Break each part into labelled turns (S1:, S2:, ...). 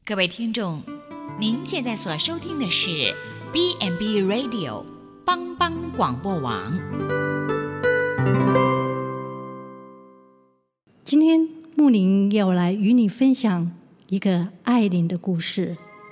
S1: 各位听众，您现在所收听的是 B&B Radio 帮帮广播网。
S2: 今天牧灵要来与你分享一个爱灵的故事。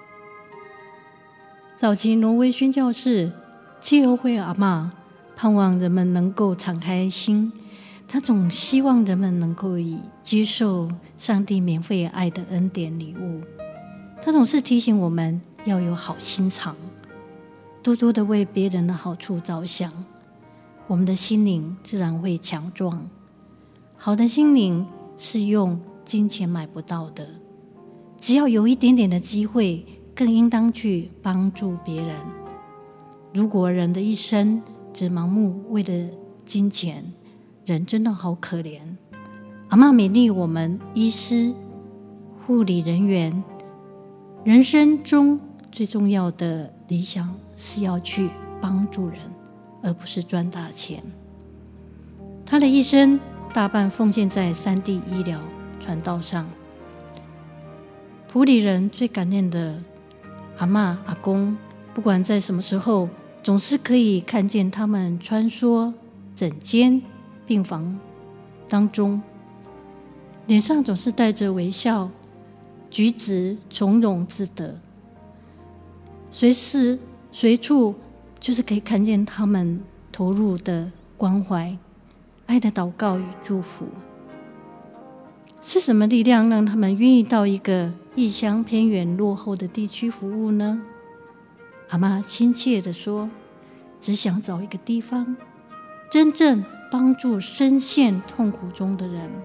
S2: 早期挪威宣教士基欧会阿嬷盼望人们能够敞开心，他总希望人们能够接受上帝免费爱的恩典礼物。他总是提醒我们要有好心肠，多多的为别人的好处着想，我们的心灵自然会强壮。好的心灵是用金钱买不到的，只要有一点点的机会，更应当去帮助别人。如果人的一生只盲目为了金钱，人真的好可怜。阿嬷勉励我们医师、护理人员，人生中最重要的理想是要去帮助人，而不是赚大钱。他的一生大半奉献在山地医疗传道上。埔里人最感念的阿嬷阿公，不管在什么时候，总是可以看见他们穿梭诊间病房当中，脸上总是带着微笑，举止从容自得，随时随处就是可以看见他们投入的关怀、爱的祷告与祝福。是什么力量让他们愿意到一个异乡偏远落后的地区服务呢？阿嬷亲切地说，只想找一个地方，真正帮助深陷痛苦中的人。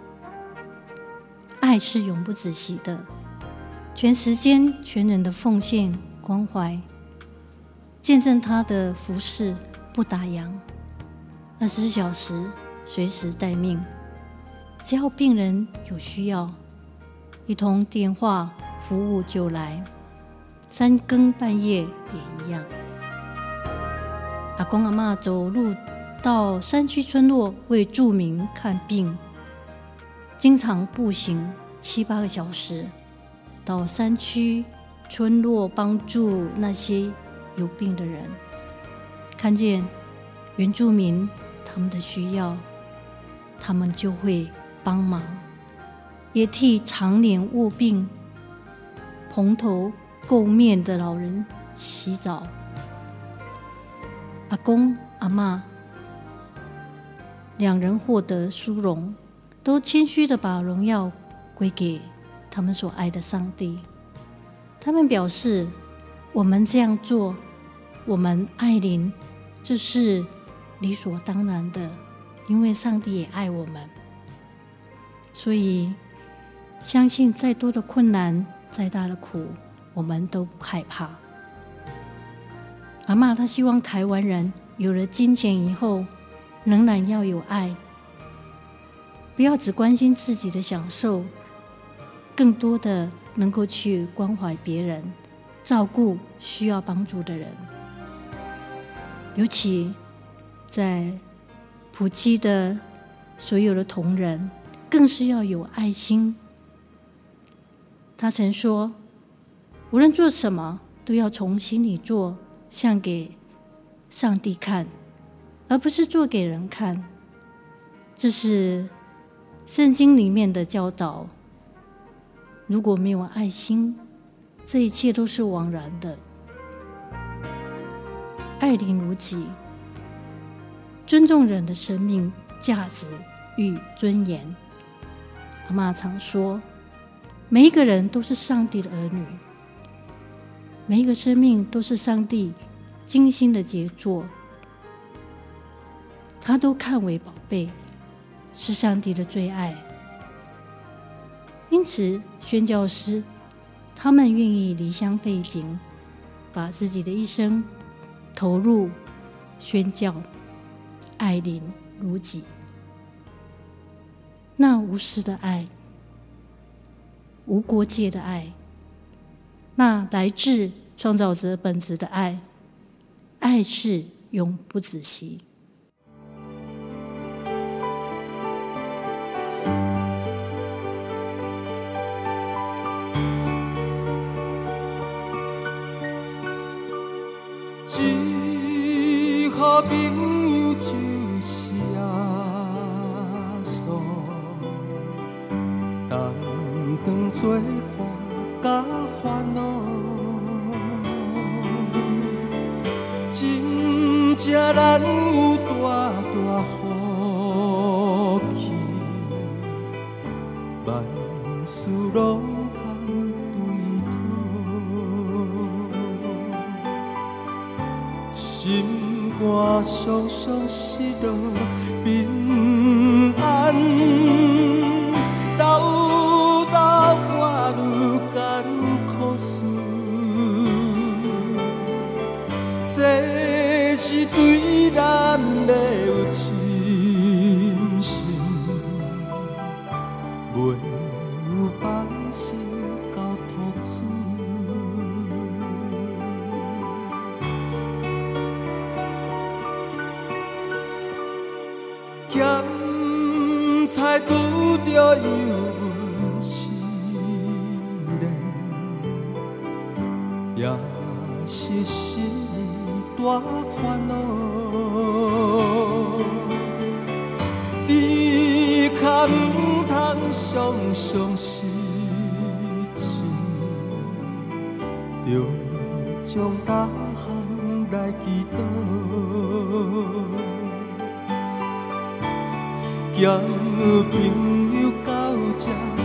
S2: 爱是永不止息的，全时间全人的奉献关怀，见证他的服侍不打烊，24小时随时待命。只要病人有需要，一通电话服务就来，3更半夜也一样。阿公阿嬷走路到山区村落为住民看病，经常步行7-8个小时到山区村落帮助那些有病的人，看见原住民他们的需要，他们就会帮忙，也替常年卧病蓬头垢面的老人洗澡。阿公阿嬷两人获得殊荣，都谦虚地把荣耀归给他们所爱的上帝。他们表示，我们这样做，我们爱灵，这是理所当然的，因为上帝也爱我们。所以相信再多的困难，再大的苦，我们都不害怕。阿嬷她希望台湾人有了金钱以后，仍然要有爱，不要只关心自己的享受，更多的能够去关怀别人，照顾需要帮助的人。尤其在埔基的所有的同仁，更是要有爱心。他曾说，无论做什么，都要从心里做，像给上帝看，而不是做给人看。这是圣经里面的教导。如果没有爱心，这一切都是枉然的。爱邻如己，尊重人的生命价值与尊严。阿嬷常说，每一个人都是上帝的儿女，每一个生命都是上帝精心的杰作，他都看为宝贝，是上帝的最爱。因此宣教师他们愿意离乡背井，把自己的一生投入宣教，爱邻如己。那无私的爱，无国界的爱，那来自创造者本质的爱，爱是永不止息。
S3: 朋友就是耶稣，同当作伴甲烦恼，真正难有大大福气，万事拢通对讨，心肝常常失落平安，斗过愈艰苦事，这是对咱要有信心，袂有放心到吐水。咸菜拄着油温试炼，也是心大烦恼。只可唔通常常失志，着将大项来祈祷。咸朋友到这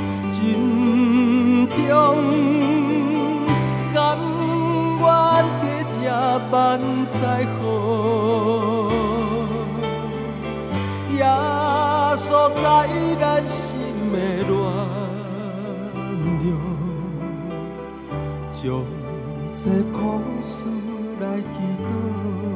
S3: 真重，甘愿体贴万载好，耶稣知咱心的软弱，将这苦事来祈祷。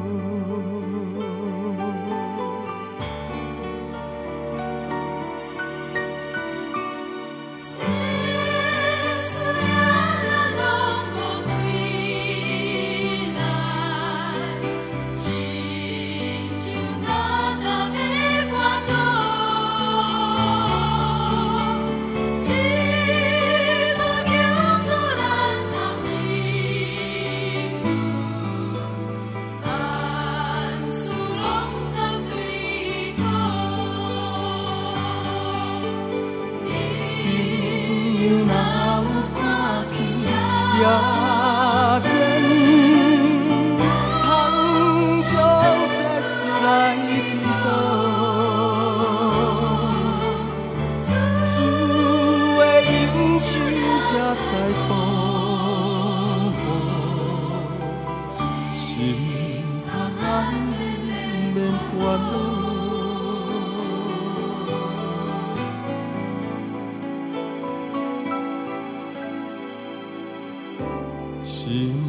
S3: 心